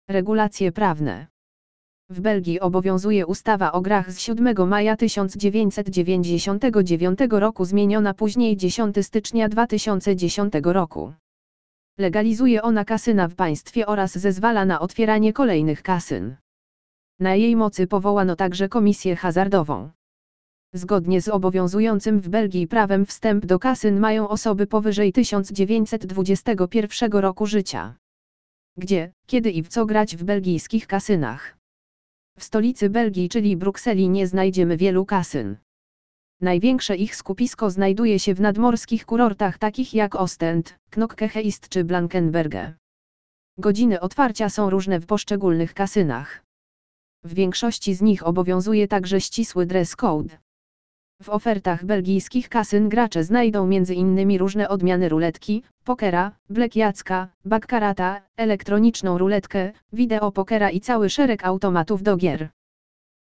Regulacje prawne. W Belgii obowiązuje ustawa o grach z 7 maja 1999 roku, zmieniona później 10 stycznia 2010 roku. Legalizuje ona kasyna w państwie oraz zezwala na otwieranie kolejnych kasyn. Na jej mocy powołano także komisję hazardową. Zgodnie z obowiązującym w Belgii prawem wstęp do kasyn mają osoby powyżej 1921 roku życia. Gdzie, kiedy i w co grać w belgijskich kasynach? W stolicy Belgii, czyli Brukseli, nie znajdziemy wielu kasyn. Największe ich skupisko znajduje się w nadmorskich kurortach takich jak Ostend, Knokkeheist czy Blankenberge. Godziny otwarcia są różne w poszczególnych kasynach. W większości z nich obowiązuje także ścisły dress code. W ofertach belgijskich kasyn gracze znajdą m.in. różne odmiany ruletki, pokera, blackjacka, baccarata, elektroniczną ruletkę, wideo pokera i cały szereg automatów do gier.